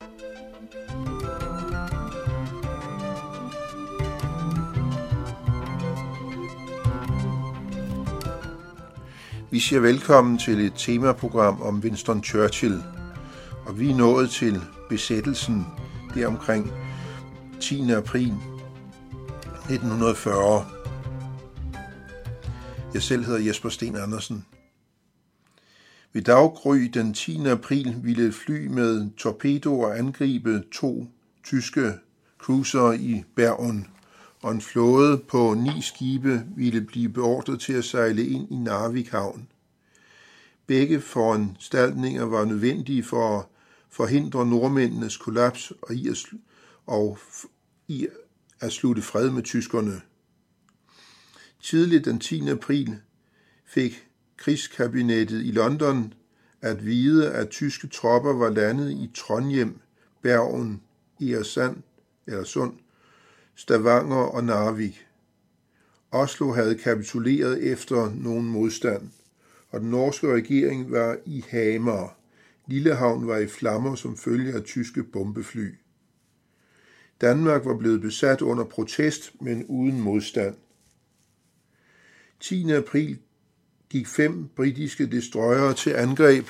Vi siger velkommen til et temaprogram om Winston Churchill, og vi er nået til besættelsen der omkring 10. april 1940. Jeg selv hedder Jesper Sten Andersen. Ved daggry den 10. april ville et fly med torpedoer angribe 2 tyske cruisere i Bergen, og en flåde på 9 skibe ville blive beordret til at sejle ind i Narvik havn. Begge foranstaltninger var nødvendige for at forhindre nordmændenes kollaps og i at slutte fred med tyskerne. Tidligt den 10. april fik krigskabinettet i London at vide, at tyske tropper var landet i Trondheim, Bergen, Sund, Stavanger og Narvik. Oslo havde kapituleret efter nogen modstand, og den norske regering var i Hamar. Lillehavn var i flammer som følge af tyske bombefly. Danmark var blevet besat under protest, men uden modstand. 10. april gik 5 britiske destroyere til angreb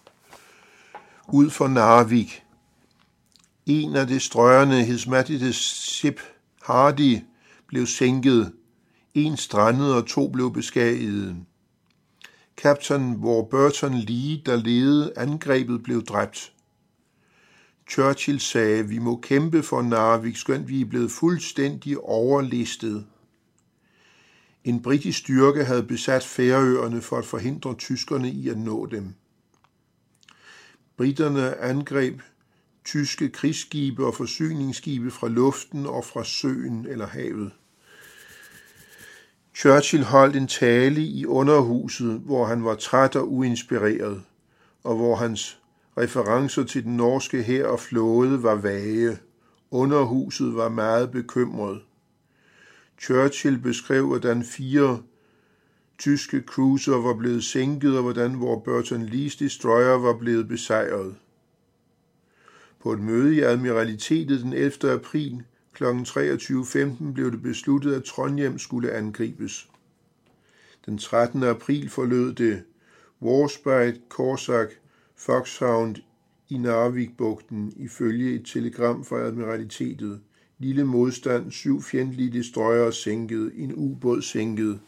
ud for Narvik. En af destroyerne, His Majesty's Ship Hardy, blev sænket. 1 strandede og 2 blev beskadiget. Kaptajn Warburton Lee, der ledede angrebet, blev dræbt. Churchill sagde, vi må kæmpe for Narvik, skønt vi er blevet fuldstændig overlistet. En britisk styrke havde besat Færøerne for at forhindre tyskerne i at nå dem. Briterne angreb tyske krigsskibe og forsyningsskibe fra luften og fra søen eller havet. Churchill holdt en tale i underhuset, hvor han var træt og uinspireret, og hvor hans referencer til den norske hær og flåde var vage. Underhuset var meget bekymret. Churchill beskrev, hvordan 4 tyske cruiser var blevet sænket, og hvordan Warburton Lees destroyer var blevet besejret. På et møde i Admiralitetet den 11. april kl. 23.15 blev det besluttet, at Trondheim skulle angribes. Den 13. april forlød det Warspite, Corsac, Foxhound i Narvikbugten ifølge et telegram fra Admiralitetet. Lille modstand, 7 fjendtlige destroyere sænket, en ubåd sænket.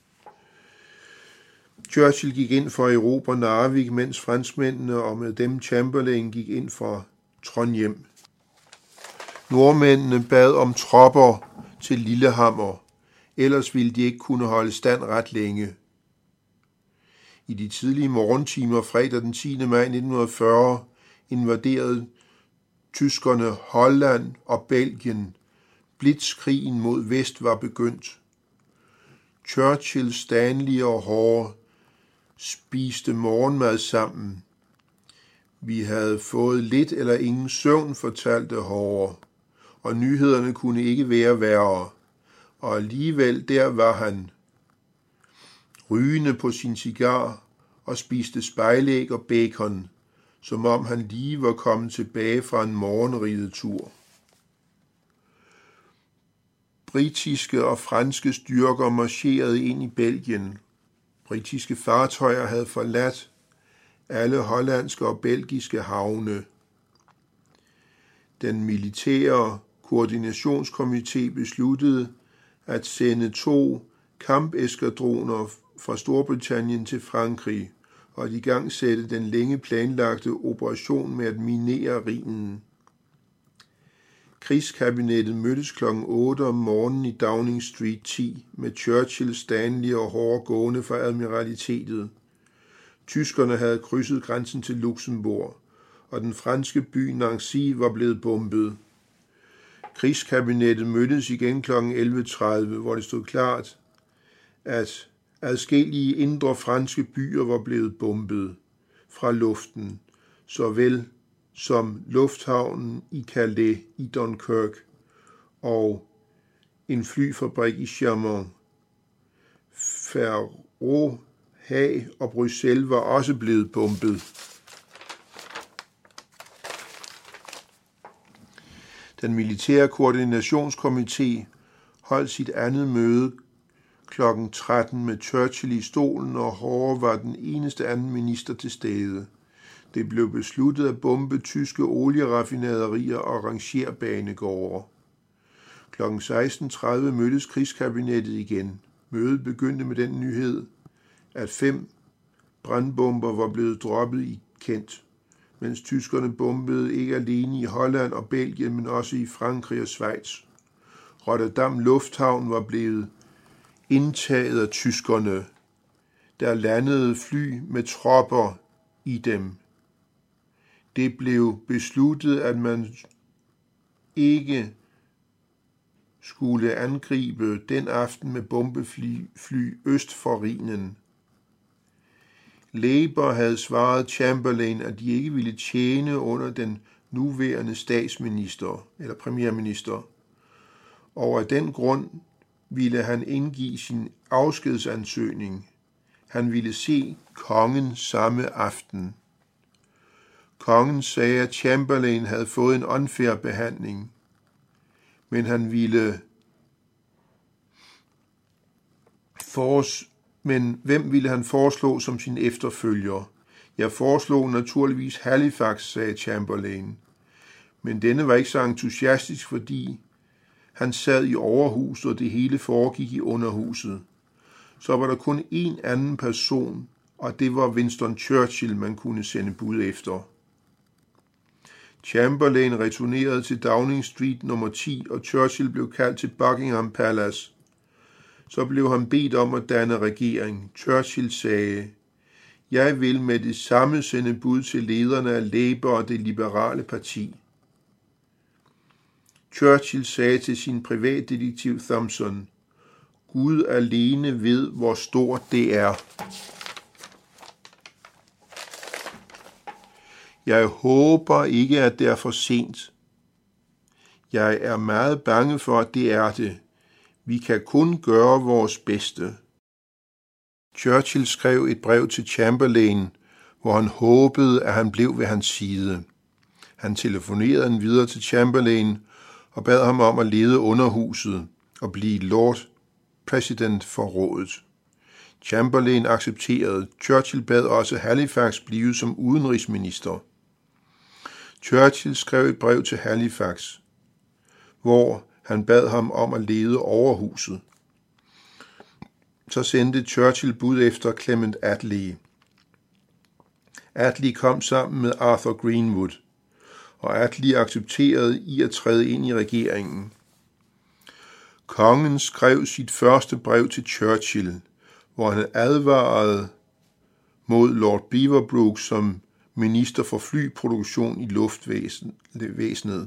Churchill gik ind for at erobre Narvik, mens franskmændene og med dem Chamberlain gik ind for Trondheim. Nordmændene bad om tropper til Lillehammer, ellers ville de ikke kunne holde stand ret længe. I de tidlige morgentimer fredag den 10. maj 1940 invaderede tyskerne Holland og Belgien. Blitzkrigen mod vest var begyndt. Churchill, Stanley og Hoare spiste morgenmad sammen. Vi havde fået lidt eller ingen søvn, fortalte Hoare, og nyhederne kunne ikke være værre. Og alligevel der var han, rygende på sin cigar og spiste spejlæg og bacon, som om han lige var kommet tilbage fra en morgenridetur. Britiske og franske styrker marcherede ind i Belgien. Britiske fartøjer havde forladt alle hollandske og belgiske havne. Den militære koordinationskomité besluttede at sende 2 kampeskadroner fra Storbritannien til Frankrig og at igangsætte den længe planlagte operation med at minere Rhinen. Krigskabinettet mødtes kl. 8 om morgenen i Downing Street 10 med Churchill, Stanley og Hoare gående fra Admiralitetet. Tyskerne havde krydset grænsen til Luxembourg, og den franske by Nancy var blevet bombet. Krigskabinettet mødtes igen kl. 11.30, hvor det stod klart, at adskillige indre franske byer var blevet bombet fra luften, såvel som lufthavnen i Calais i Dunkirk og en flyfabrik i Chermont. Ferro, Haag og Bruxelles var også blevet bombet. Den militære koordinationskomité holdt sit andet møde kl. 13 med Churchill i stolen, og Hoare var den eneste anden minister til stede. Det blev besluttet at bombe tyske olieraffinaderier og rangerbanegårde. Kl. 16.30 mødtes krigskabinettet igen. Mødet begyndte med den nyhed, at 5 brandbomber var blevet droppet i Kent, mens tyskerne bombede ikke alene i Holland og Belgien, men også i Frankrig og Schweiz. Rotterdam Lufthavn var blevet indtaget af tyskerne, der landede fly med tropper i dem. Det blev besluttet, at man ikke skulle angribe den aften med bombefly øst for Rhinen. Labour havde svaret Chamberlain, at de ikke ville tjene under den nuværende statsminister eller premierminister, og af den grund ville han indgive sin afskedsansøgning. Han ville se kongen samme aften. Kongen sagde, at Chamberlain havde fået en unfair behandling, men hvem ville han foreslå som sin efterfølger? Jeg foreslog naturligvis Halifax, sagde Chamberlain, men denne var ikke så entusiastisk, fordi han sad i overhuset, og det hele foregik i underhuset. Så var der kun én anden person, og det var Winston Churchill, man kunne sende bud efter. Chamberlain returnerede til Downing Street nummer 10, og Churchill blev kaldt til Buckingham Palace. Så blev han bedt om at danne regering. Churchill sagde, jeg vil med det samme sende bud til lederne af Labour og det liberale parti. Churchill sagde til sin privatdetektiv Thompson, Gud alene ved, hvor stort det er. Jeg håber ikke, at det er for sent. Jeg er meget bange for, at det er det. Vi kan kun gøre vores bedste. Churchill skrev et brev til Chamberlain, hvor han håbede, at han blev ved hans side. Han telefonerede videre til Chamberlain og bad ham om at lede underhuset og blive Lord President for rådet. Chamberlain accepterede. Churchill bad også Halifax blive som udenrigsminister. Churchill skrev et brev til Halifax, hvor han bad ham om at lede overhuset. Så sendte Churchill bud efter Clement Attlee. Attlee kom sammen med Arthur Greenwood, og Attlee accepterede i at træde ind i regeringen. Kongen skrev sit første brev til Churchill, hvor han advarede mod Lord Beaverbrook som minister for flyproduktion i luftvæsenet.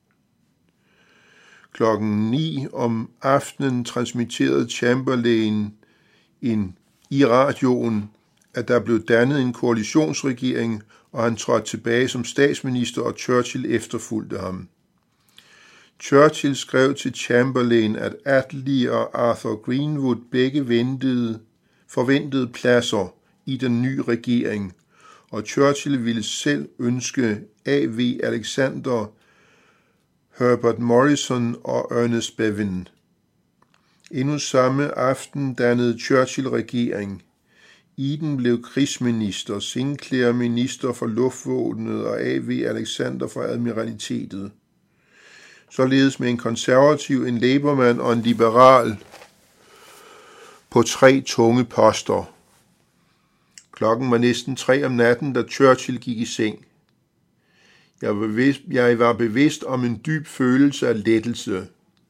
Klokken 9 om aftenen transmitterede Chamberlain i radioen, at der blev dannet en koalitionsregering, og han trådte tilbage som statsminister, og Churchill efterfulgte ham. Churchill skrev til Chamberlain, at Attlee og Arthur Greenwood begge forventede pladser i den nye regering, og Churchill ville selv ønske A.V. Alexander, Herbert Morrison og Ernest Bevin. Endnu samme aften dannede Churchill regering. Eden blev krigsminister, Sinclair minister for luftvåbenet og A.V. Alexander for admiralitetet. Således med en konservativ, en labourmand og en liberal på 3 tunge poster. Klokken var næsten 3 om natten, da Churchill gik i seng. Jeg var bevidst om en dyb følelse af lettelse.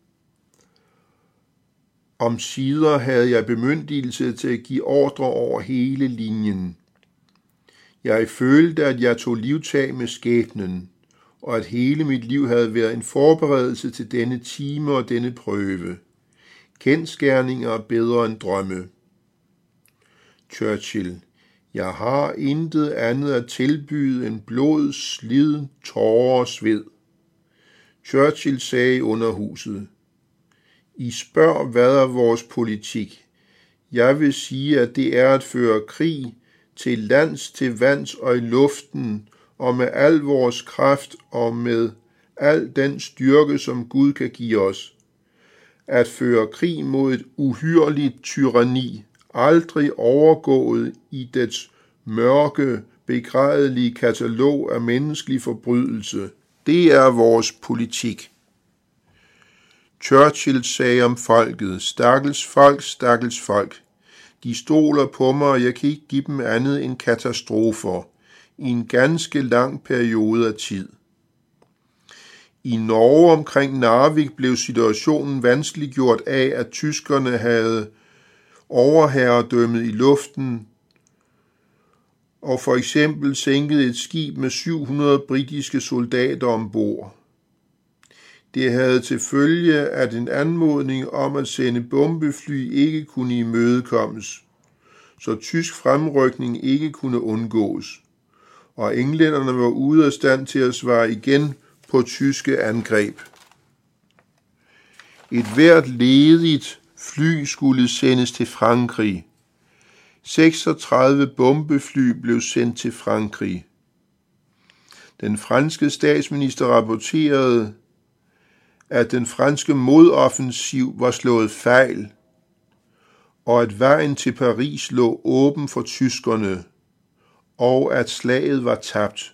Omsider havde jeg bemyndigelse til at give ordre over hele linjen. Jeg følte, at jeg tog livtag med skæbnen, og at hele mit liv havde været en forberedelse til denne time og denne prøve. Kendsgerninger er bedre end drømme. Churchill. Jeg har intet andet at tilbyde end blod, slid, tårer og sved. Churchill sagde i underhuset. I spørger, hvad er vores politik? Jeg vil sige, at det er at føre krig til lands, til vands og i luften, og med al vores kraft og med al den styrke, som Gud kan give os. At føre krig mod et uhyrligt tyranni, aldrig overgået i dets mørke, begrædelige katalog af menneskelig forbrydelse. Det er vores politik. Churchill sagde om folket, stakkels folk, stakkels folk. De stoler på mig, og jeg kan ikke give dem andet end katastrofer i en ganske lang periode af tid. I Norge omkring Narvik blev situationen vanskeliggjort af, at tyskerne havde overherredømmet i luften og for eksempel sænkede et skib med 700 britiske soldater ombord. Det havde til følge, at en anmodning om at sende bombefly ikke kunne imødekommes, så tysk fremrykning ikke kunne undgås, og englænderne var ude af stand til at svare igen på tyske angreb. Et hvert ledigt fly skulle sendes til Frankrig. 36 bombefly blev sendt til Frankrig. Den franske statsminister rapporterede, at den franske modoffensiv var slået fejl, og at vejen til Paris lå åben for tyskerne, og at slaget var tabt.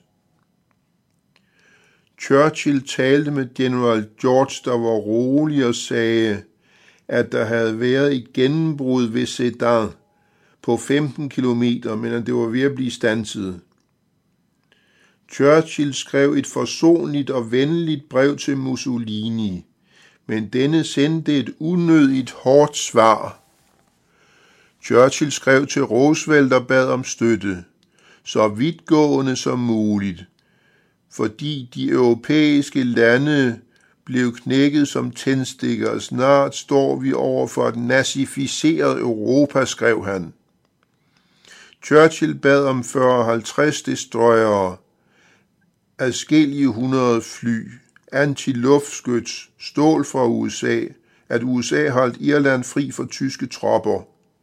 Churchill talte med general George, der var rolig og sagde, at der havde været et gennembrud ved Sedan på 15 kilometer, men at det var ved at blive standset. Churchill skrev et forsonligt og venligt brev til Mussolini, men denne sendte et unødigt hårdt svar. Churchill skrev til Roosevelt og bad om støtte, så vidtgående som muligt, fordi de europæiske lande blev knækket som tændstikker, og snart står vi over for et nazificeret Europa, skrev han. Churchill bad om 40-50 destroyere, adskillige 100 fly, antiluftskyts, stål fra USA, at USA holdt Irland fri for tyske tropper.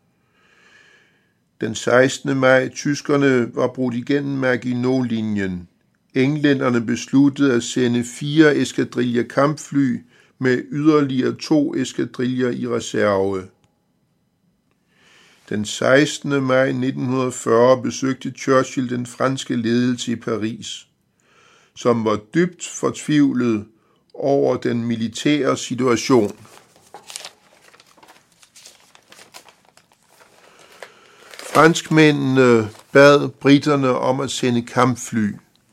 Den 16. maj, tyskerne var brudt igennem Maginot-linjen. Englænderne besluttede at sende 4 eskadriller kampfly med yderligere 2 eskadriller i reserve. Den 16. maj 1940 besøgte Churchill den franske ledelse i Paris, som var dybt fortvivlet over den militære situation. Franskmændene bad briterne om at sende kampfly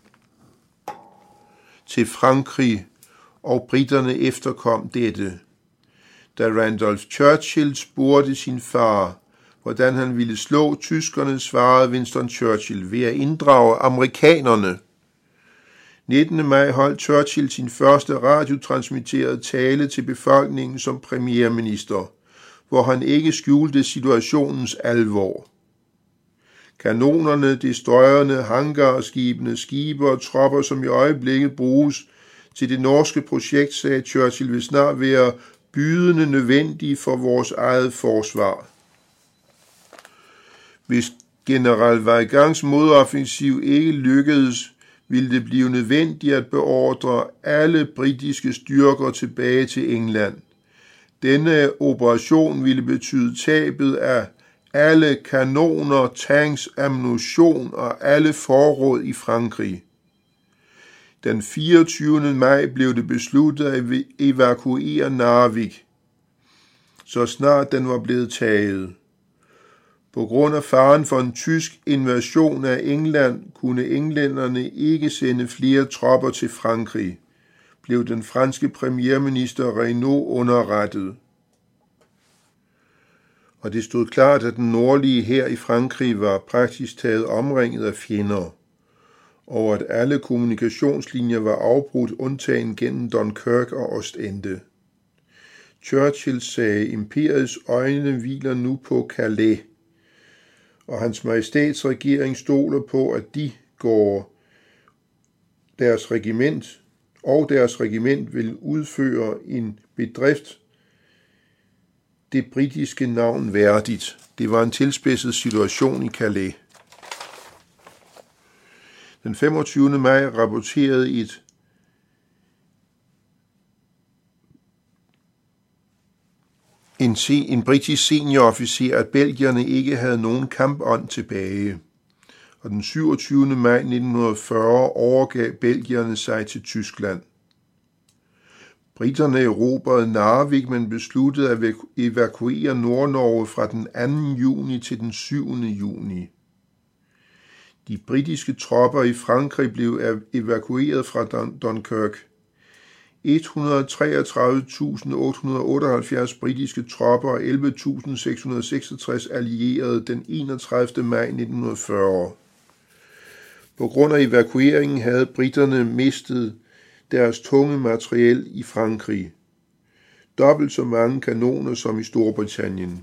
til Frankrig, og briterne efterkom dette. Da Randolph Churchill spurgte sin far, hvordan han ville slå tyskerne, svarede Winston Churchill ved at inddrage amerikanerne. 19. maj holdt Churchill sin første radiotransmitterede tale til befolkningen som premierminister, hvor han ikke skjulte situationens alvor. Kanonerne, destroyerne, hangarskibene, skibe og tropper, som i øjeblikket bruges til det norske projekt, sagde Churchill, vil snart være bydende nødvendige for vores eget forsvar. Hvis general Weigangs modoffensiv ikke lykkedes, ville det blive nødvendigt at beordre alle britiske styrker tilbage til England. Denne operation ville betyde tabet af alle kanoner, tanks, ammunition og alle forråd i Frankrig. Den 24. maj blev det besluttet at evakuere Narvik, så snart den var blevet taget. På grund af faren for en tysk invasion af England kunne englænderne ikke sende flere tropper til Frankrig, blev den franske premierminister Reynaud underrettet. Og det stod klart, at den nordlige hær i Frankrig var praktisk taget omringet af fjender, og at alle kommunikationslinjer var afbrudt undtagen gennem Dunkirk og Ostende. Churchill sagde, imperiets øjne hviler nu på Calais, og hans majestæts regering stoler på, at de går deres regiment vil udføre en bedrift det britiske navn værdigt. Det var en tilspidset situation i Calais. Den 25. maj rapporterede et en britisk seniorofficer, at belgierne ikke havde nogen kampånd tilbage, og den 27. maj 1940 overgav belgierne sig til Tyskland. Briterne erobrede Narvik, men besluttede at evakuere Nordnorge fra den 2. juni til den 7. juni. De britiske tropper i Frankrig blev evakueret fra Dunkirk. 133.878 britiske tropper og 11.666 allierede den 31. maj 1940. På grund af evakueringen havde briterne mistet deres tunge materiel i Frankrig. Dobbelt så mange kanoner som i Storbritannien.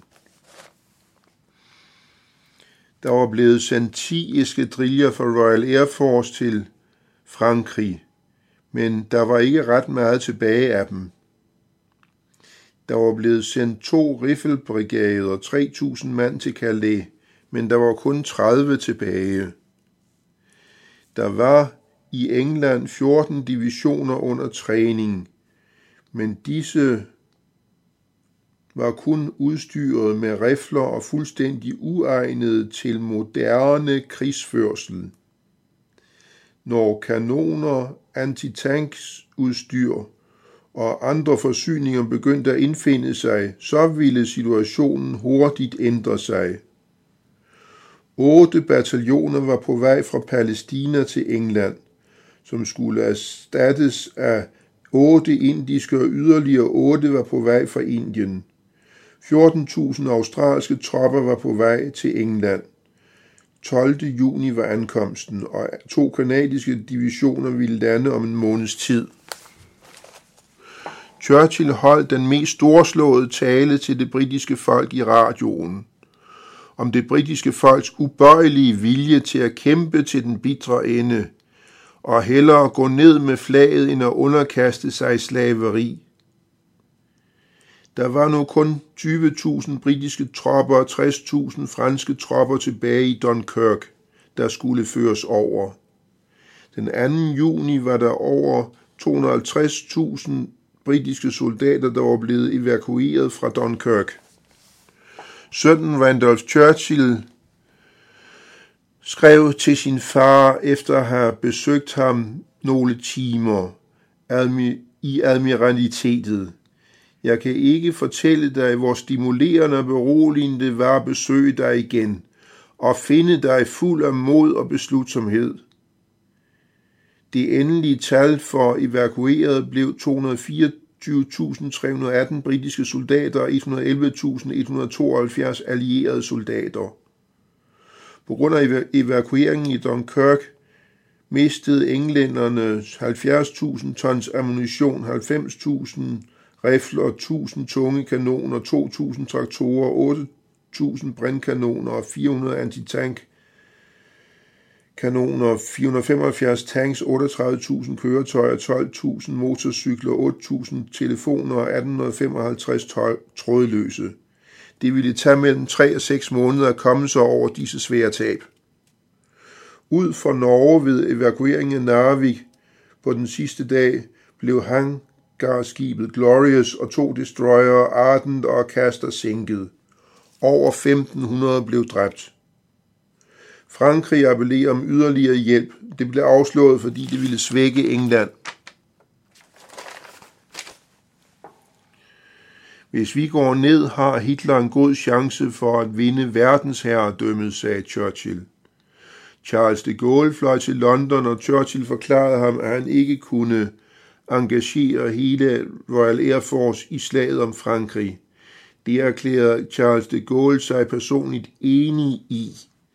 Der var blevet sendt 10 eskadriller fra Royal Air Force til Frankrig, men der var ikke ret meget tilbage af dem. Der var blevet sendt 2 riffelbrigader og 3.000 mand til Calais, men der var kun 30 tilbage. Der var i England 14 divisioner under træning, men disse var kun udstyret med rifler og fuldstændig uegnede til moderne krigsførsel. Når kanoner, antitanksudstyr og andre forsyninger begyndte at indfinde sig, så ville situationen hurtigt ændre sig. 8 bataljoner var på vej fra Palæstina til England, som skulle erstattes af 8 indiske, og yderligere 8 var på vej fra Indien. 14.000 australske tropper var på vej til England. 12. juni var ankomsten, og 2 kanadiske divisioner ville lande om en måneds tid. Churchill holdt den mest storslåede tale til det britiske folk i radioen, om det britiske folks ubøjelige vilje til at kæmpe til den bitre ende, og hellere gå ned med flaget end at underkaste sig slaveri. Der var nu kun 20.000 britiske tropper og 60.000 franske tropper tilbage i Dunkirk, der skulle føres over. Den 2. juni var der over 250.000 britiske soldater, der var blevet evakueret fra Dunkirk. Sønnen Randolph Churchill skrev til sin far efter at have besøgt ham nogle timer i admiralitetet: Jeg kan ikke fortælle dig, hvor stimulerende og beroligende det var at besøge dig igen og finde dig fuld af mod og beslutsomhed. Det endelige tal for evakuerede blev 224.318 britiske soldater og 111.172 allierede soldater. På grund af evakueringen i Dunkirk mistede englænderne 70.000 tons ammunition, 90.000 rifler, 1.000 tunge kanoner, 2.000 traktorer, 8.000 brændkanoner og 400 antitankanoner, 475 tanks, 38.000 køretøjer, 12.000 motorcykler, 8.000 telefoner og 1.855 trådløse. Det ville tage mellem 3 og 6 måneder at komme sig over disse svære tab. Ud for Norge ved evakueringen af Narvik på den sidste dag blev hangarskibet Glorious og 2 destroyere Ardent og Castor sænket. Over 1.500 blev dræbt. Frankrig appellerer om yderligere hjælp. Det blev afslået, fordi det ville svække England. Hvis vi går ned, har Hitler en god chance for at vinde verdensherredømmet, sagde Churchill. Charles de Gaulle fløj til London, og Churchill forklarede ham, at han ikke kunne engagere hele Royal Air Force i slaget om Frankrig. Det erklærede Charles de Gaulle sig personligt enig i.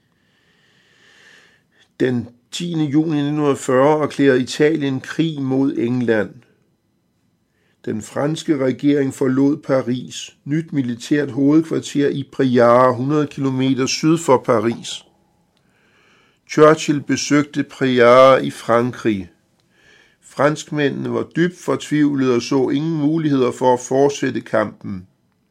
Den 10. juni 1940 erklærede Italien krig mod England. Den franske regering forlod Paris, nyt militært hovedkvarter i Briare, 100 km syd for Paris. Churchill besøgte Briare i Frankrig. Franskmændene var dybt fortvivlede og så ingen muligheder for at fortsætte kampen.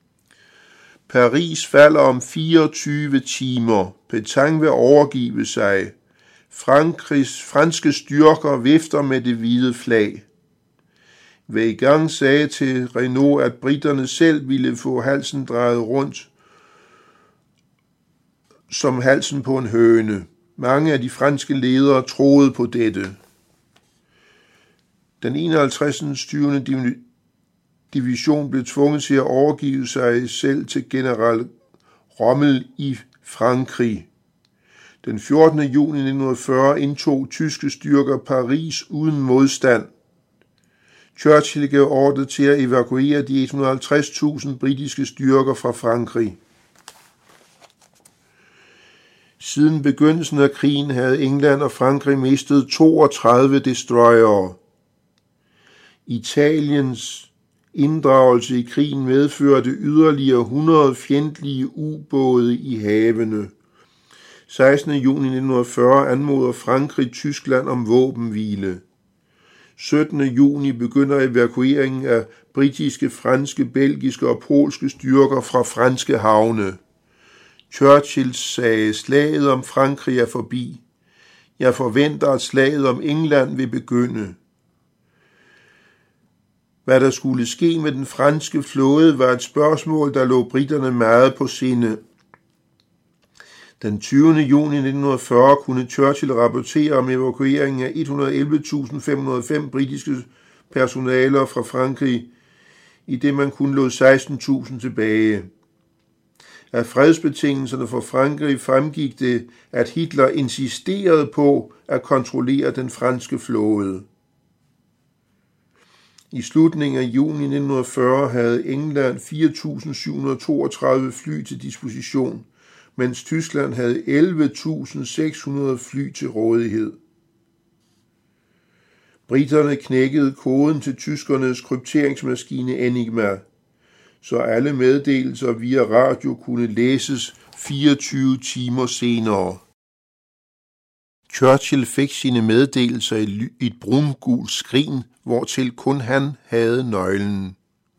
Paris falder om 24 timer. Pétain vil overgive sig. Franske styrker vifter med det hvide flag. Weygand sagde til Renault, at briterne selv ville få halsen drejet rundt som halsen på en høne. Mange af de franske ledere troede på dette. Den 51. styrende division blev tvunget til at overgive sig selv til general Rommel i Frankrig. Den 14. juni 1940 indtog tyske styrker Paris uden modstand. Churchill gav ordre til at evakuere de 150.000 britiske styrker fra Frankrig. Siden begyndelsen af krigen havde England og Frankrig mistet 32 destroyere. Italiens inddragelse i krigen medførte yderligere 100 fjendtlige ubåde i havene. 16. juni 1940 anmoder Frankrig Tyskland om våbenhvile. 17. juni begynder evakueringen af britiske, franske, belgiske og polske styrker fra franske havne. Churchill sagde, slaget om Frankrig er forbi. Jeg forventer, at slaget om England vil begynde. Hvad der skulle ske med den franske flåde var et spørgsmål, der lå briterne meget på sinde. Den 20. juni 1940 kunne Churchill rapportere om evakueringen af 111.505 britiske personaler fra Frankrig, i det man kun lod 16.000 tilbage. Af fredsbetingelserne for Frankrig fremgik det, at Hitler insisterede på at kontrollere den franske flåde. I slutningen af juni 1940 havde England 4.732 fly til disposition, mens Tyskland havde 11.600 fly til rådighed. Briterne knækkede koden til tyskernes krypteringsmaskine Enigma, så alle meddelelser via radio kunne læses 24 timer senere. Churchill fik sine meddelelser i et brungult skrin, hvortil kun han havde nøglen.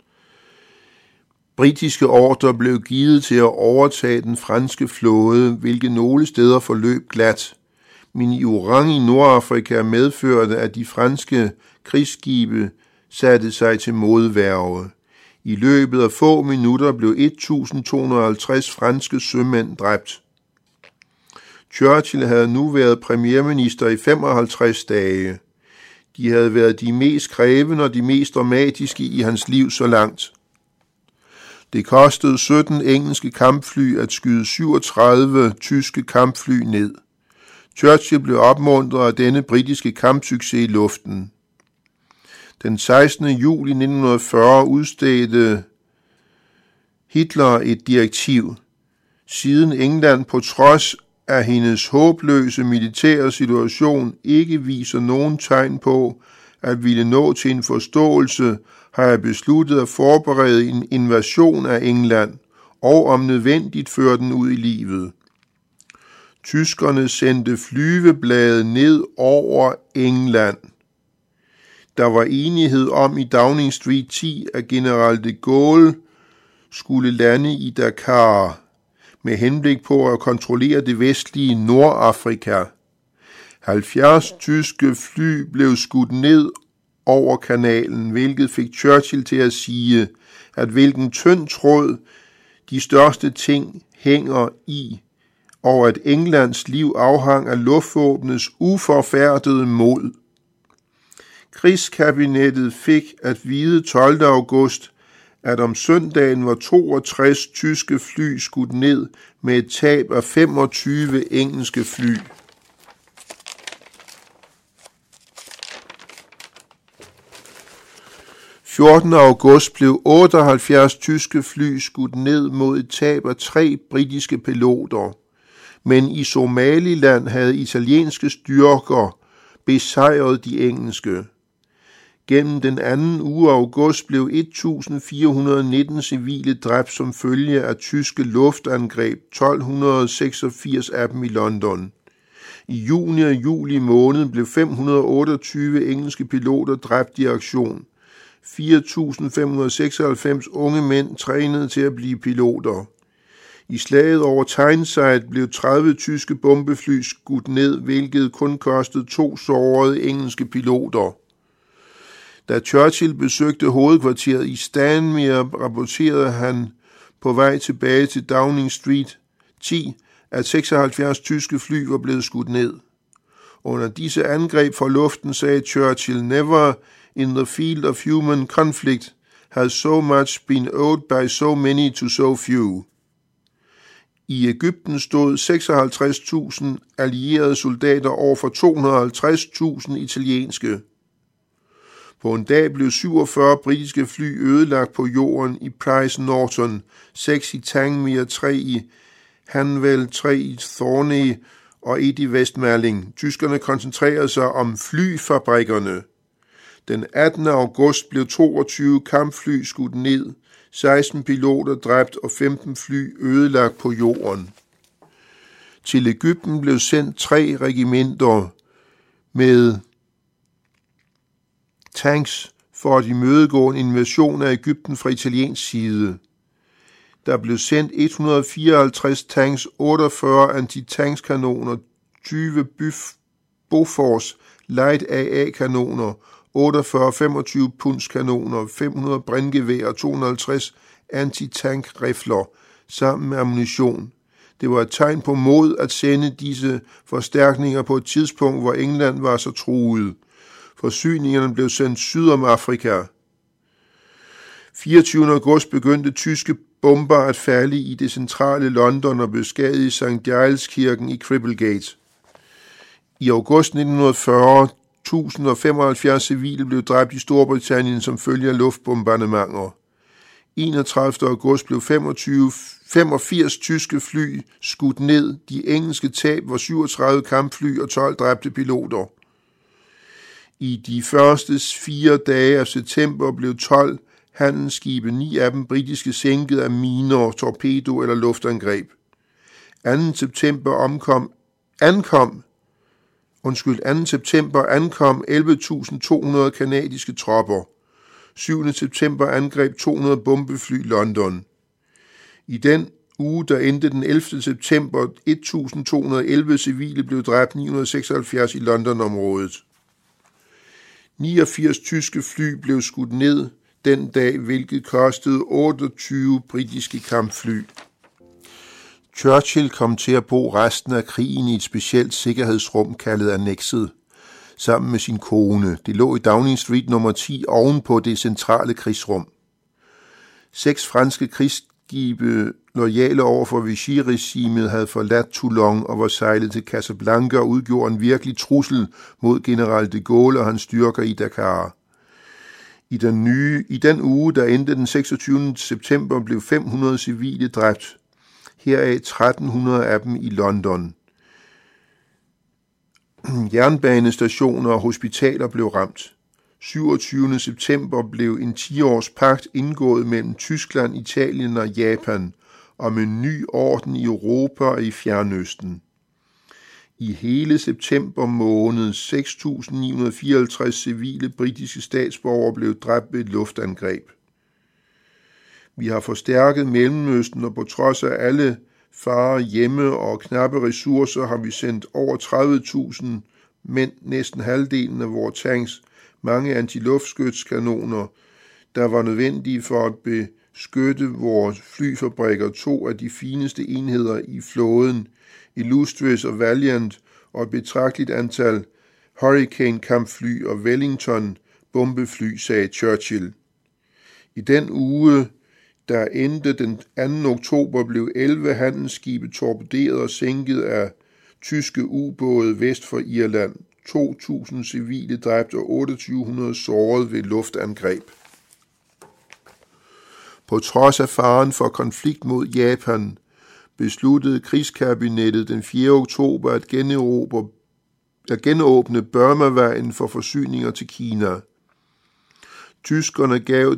Britiske ordre blev givet til at overtage den franske flåde, hvilket nogle steder forløb glat. Men i Oran i Nordafrika medførte, at de franske krigsskibe satte sig til modværge. I løbet af få minutter blev 1.250 franske sømænd dræbt. Churchill havde nu været premierminister i 55 dage. De havde været de mest krævende og de mest dramatiske i hans liv så langt. Det kostede 17 engelske kampfly at skyde 37 tyske kampfly ned. Churchill blev opmuntret af denne britiske kampsucces i luften. Den 16. juli 1940 udstedte Hitler et direktiv. Siden England på trods af hendes håbløse militære situation ikke viser nogen tegn på at ville nå til en forståelse, har jeg besluttet at forberede en invasion af England og om nødvendigt føre den ud i livet. Tyskerne sendte flyveblade ned over England. Der var enighed om i Downing Street 10, at general de Gaulle skulle lande i Dakar med henblik på at kontrollere det vestlige Nordafrika. 70 tyske fly blev skudt ned over kanalen, hvilket fik Churchill til at sige, at hvilken tynd tråd de største ting hænger i, og at Englands liv afhang af luftvåbnets uforfærdede mod. Krigskabinettet fik at vide 12. august, at om søndagen var 62 tyske fly skudt ned med et tab af 25 engelske fly. – 14. august blev 78 tyske fly skudt ned mod et tab af 3 britiske piloter, men i Somaliland havde italienske styrker besejret de engelske. Gennem den anden uge af august blev 1.419 civile dræbt som følge af tyske luftangreb, 1.286 af dem i London. I juni og juli måned blev 528 engelske piloter dræbt i aktion. 4.596 unge mænd trænede til at blive piloter. I slaget over Tyneside blev 30 tyske bombefly skudt ned, hvilket kun kostede 2 sårede engelske piloter. Da Churchill besøgte hovedkvarteret i Stanmere, rapporterede han på vej tilbage til Downing Street 10, at 76 tyske fly var blevet skudt ned. Under disse angreb fra luften sagde Churchill, "Never in the field of human conflict has so much been owed by so many to so few." I Egypten stod 56.000 allierede soldater over for 250.000 italienske. På en dag blev 47 britiske fly ødelagt på jorden i Price Norton, 6 i Tangmere, 3 i Hanwell, 3 i Thorney og 1 i Westmaling. Tyskerne koncentrerede sig om flyfabrikkerne. Den 18. august blev 22 kampfly skudt ned, 16 piloter dræbt og 15 fly ødelagt på jorden. Til Egypten blev sendt 3 regimenter med tanks for at imødegå en invasion af Egypten fra italiensk side. Der blev sendt 154 tanks, 48 antitanks-kanoner, 20 Bofors Light AA-kanoner, 48 25 punds kanoner, 500 brændgeværer og 250 antitank-rifler sammen med ammunition. Det var et tegn på mod at sende disse forstærkninger på et tidspunkt, hvor England var så truet. Forsyningerne blev sendt syd om Afrika. 24. august begyndte tyske bomber at falde i det centrale London og beskadigede St. Giles-kirken i Cripplegate. I august 1940 1075 civile blev dræbt i Storbritannien som følge af luftbombardementer. 31. august blev 85 tyske fly skudt ned. De engelske tab var 37 kampfly og 12 dræbte piloter. I de første 4 dage af september blev 12 handelsskibe, 9 af dem britiske, sænket af miner, torpedo eller luftangreb. 2. september ankom 11.200 kanadiske tropper. 7. september angreb 200 bombefly London. I den uge, der endte den 11. september, 1.211 civile blev dræbt, 976 i Londonområdet. 89 tyske fly blev skudt ned den dag, hvilket kostede 28 britiske kampfly. Churchill kom til at bo resten af krigen i et specielt sikkerhedsrum kaldet Annexet, sammen med sin kone. Det lå i Downing Street nummer 10 ovenpå det centrale krigsrum. 6 franske krigsskibe, loyale over for Vichy-regimet, havde forladt Toulon og var sejlet til Casablanca og udgjorde en virkelig trussel mod general de Gaulle og hans styrker i Dakar. I den uge, der endte den 26. september, blev 500 civile dræbt. Heraf 1300 af dem i London. Jernbanestationer og hospitaler blev ramt. 27. september blev en 10-års pagt indgået mellem Tyskland, Italien og Japan om en ny orden i Europa og i Fjernøsten. I hele september måned 6.954 civile britiske statsborgere blev dræbt ved et luftangreb. Vi har forstærket Mellemøsten, og på trods af alle farer hjemme og knappe ressourcer har vi sendt over 30.000 mænd, næsten halvdelen af vores tanks, mange antiluftskytskanoner, der var nødvendige for at beskytte vores flyfabrikker, 2 af de fineste enheder i flåden, Illustrious og Valiant, og et betragteligt antal Hurricane-kampfly og Wellington-bombefly, sagde Churchill. I den uge, der endte den 2. oktober, blev 11 handelsskibe torpederet og sænket af tyske ubåde vest for Irland. 2.000 civile dræbt og 2.800 såret ved luftangreb. På trods af faren for konflikt mod Japan, besluttede krigskabinettet den 4. oktober at genåbne Burma-vejen for forsyninger til Kina. Tyskerne gav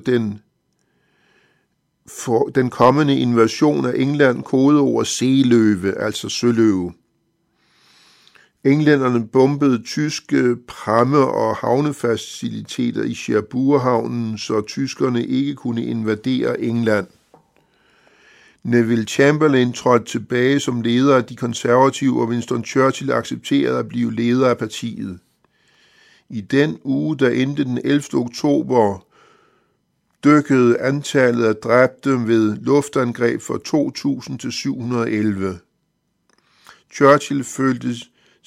den kommende invasion af England kodeord Seeløve, altså søløve. Englænderne bombede tyske pramme og havnefaciliteter i Cherbourg-havnen, så tyskerne ikke kunne invadere England. Neville Chamberlain trådte tilbage som leder af de konservative, og Winston Churchill accepterede at blive leder af partiet. I den uge, der endte den 11. oktober, dykkede antallet af dræbte ved luftangreb fra 2.000 til 711. Churchill følte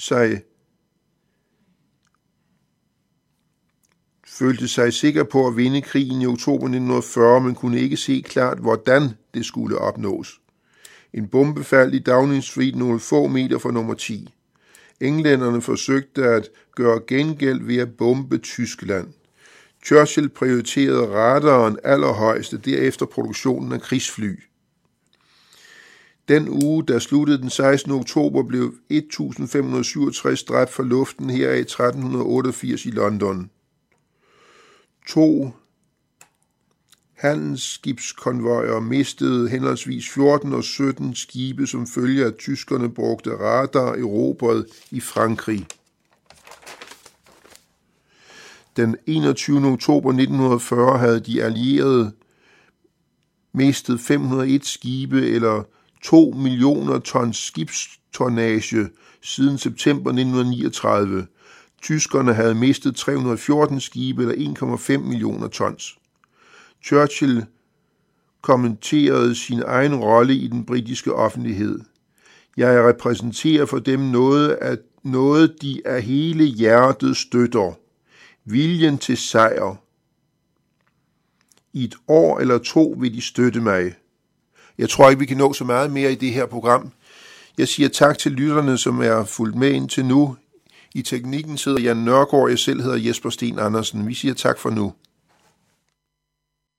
sig sikker på at vinde krigen i oktober 1940, men kunne ikke se klart, hvordan det skulle opnås. En bombe faldt i Downing Street nogle få meter fra nummer 10. Englænderne forsøgte at gøre gengæld ved at bombe Tyskland. Churchill prioriterede radaren allerhøjst, derefter produktionen af krigsfly. Den uge, der sluttede den 16. oktober, blev 1.567 dræbt fra luften, heraf 1.388 i London. 2 handelsskibskonvojer mistede henholdsvis 14 og 17 skibe som følge af, at tyskerne brugte radar erobret i Frankrig. Den 21. oktober 1940 havde de allierede mistet 501 skibe eller 2 millioner tons skibstonnage siden september 1939. Tyskerne havde mistet 314 skibe eller 1,5 millioner tons. Churchill kommenterede sin egen rolle i den britiske offentlighed. Jeg repræsenterer for dem noget de af hele hjertet støtter. Viljen til sejr. I et år eller 2 vil de støtte mig. Jeg tror ikke, vi kan nå så meget mere i det her program. Jeg siger tak til lytterne, som er fulgt med indtil nu. I teknikken sidder Jan Nørgaard, jeg selv hedder Jesper Sten Andersen. Vi siger tak for nu.